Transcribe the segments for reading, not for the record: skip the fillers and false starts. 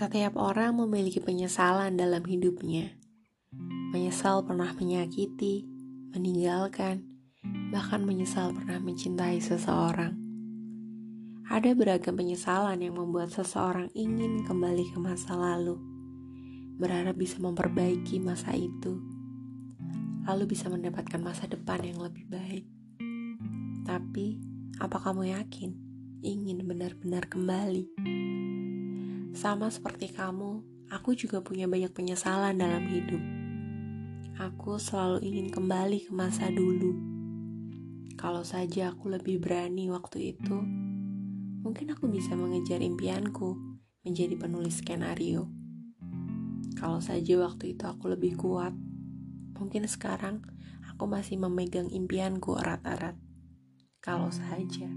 Setiap orang memiliki penyesalan dalam hidupnya. Menyesal pernah menyakiti, meninggalkan, bahkan menyesal pernah mencintai seseorang. Ada beragam penyesalan yang membuat seseorang ingin kembali ke masa lalu, berharap bisa memperbaiki masa itu, lalu bisa mendapatkan masa depan yang lebih baik. Tapi, apa kamu yakin ingin benar-benar kembali? Sama seperti kamu, aku juga punya banyak penyesalan dalam hidup. Aku selalu ingin kembali ke masa dulu. Kalau saja aku lebih berani waktu itu, mungkin aku bisa mengejar impianku menjadi penulis skenario. Kalau saja waktu itu aku lebih kuat, mungkin sekarang aku masih memegang impianku erat-erat. Kalau saja.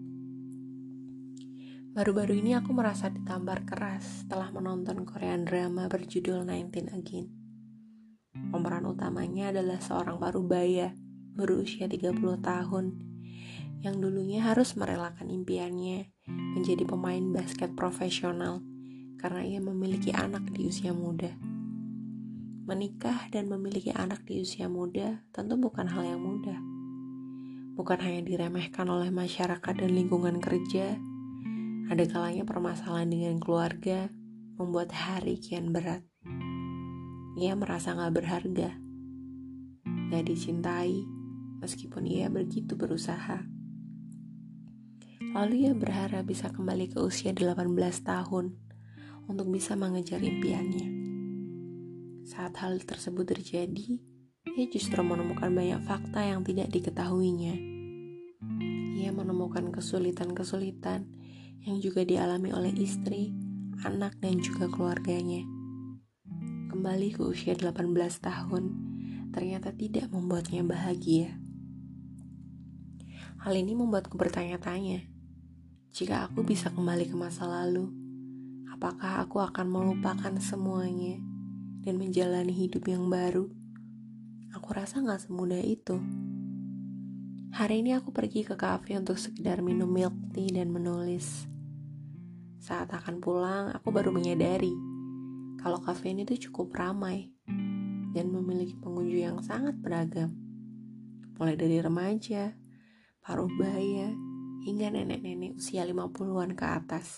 Baru-baru ini aku merasa ditampar keras setelah menonton Korean drama berjudul 19 Again. Pemeran utamanya adalah seorang parubaya berusia 30 tahun yang dulunya harus merelakan impiannya menjadi pemain basket profesional karena ia memiliki anak di usia muda. Menikah dan memiliki anak di usia muda tentu bukan hal yang mudah. Bukan hanya diremehkan oleh masyarakat dan lingkungan kerja, ada kalanya permasalahan dengan keluarga membuat hari kian berat. Ia merasa gak berharga, gak dicintai, meskipun ia begitu berusaha. Lalu ia berharap bisa kembali ke usia 18 tahun untuk bisa mengejar impiannya. Saat hal tersebut terjadi, ia justru menemukan banyak fakta yang tidak diketahuinya. Ia menemukan kesulitan-kesulitan yang juga dialami oleh istri, anak, dan juga keluarganya. Kembali ke usia 18 tahun, ternyata tidak membuatnya bahagia. Hal ini membuatku bertanya-tanya, jika aku bisa kembali ke masa lalu, apakah aku akan melupakan semuanya dan menjalani hidup yang baru? Aku rasa gak semudah itu. Hari ini aku pergi ke kafe untuk sekedar minum milk tea dan menulis. Saat akan pulang, aku baru menyadari kalau kafe ini tuh cukup ramai dan memiliki pengunjung yang sangat beragam. Mulai dari remaja, parubaya, hingga nenek-nenek usia 50-an ke atas.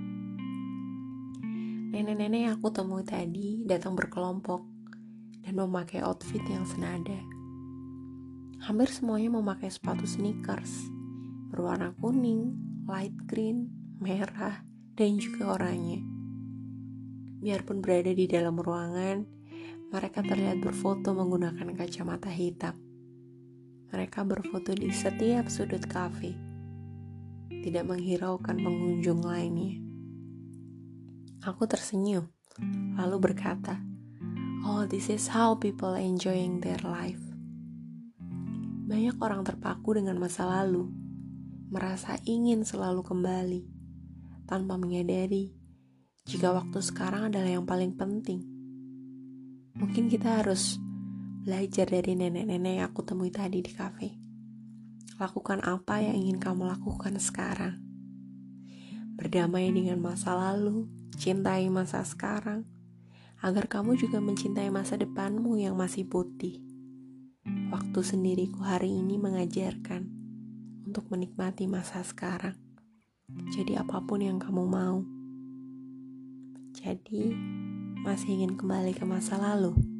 Nenek-nenek yang aku temui tadi datang berkelompok dan memakai outfit yang senada. Hampir semuanya memakai sepatu sneakers berwarna kuning, light green, merah, dan juga oranye. Biarpun berada di dalam ruangan, mereka terlihat berfoto menggunakan kacamata hitam. Mereka berfoto di setiap sudut kafe, tidak menghiraukan pengunjung lainnya. Aku tersenyum, lalu berkata, "Oh, this is how people enjoying their life." Banyak orang terpaku dengan masa lalu, merasa ingin selalu kembali, tanpa menyadari jika waktu sekarang adalah yang paling penting. Mungkin kita harus belajar dari nenek-nenek yang aku temui tadi di kafe. Lakukan apa yang ingin kamu lakukan sekarang. Berdamai dengan masa lalu, cintai masa sekarang, agar kamu juga mencintai masa depanmu yang masih putih. Waktu sendiriku hari ini mengajarkan untuk menikmati masa sekarang. Jadi apapun yang kamu mau. Jadi, masih ingin kembali ke masa lalu?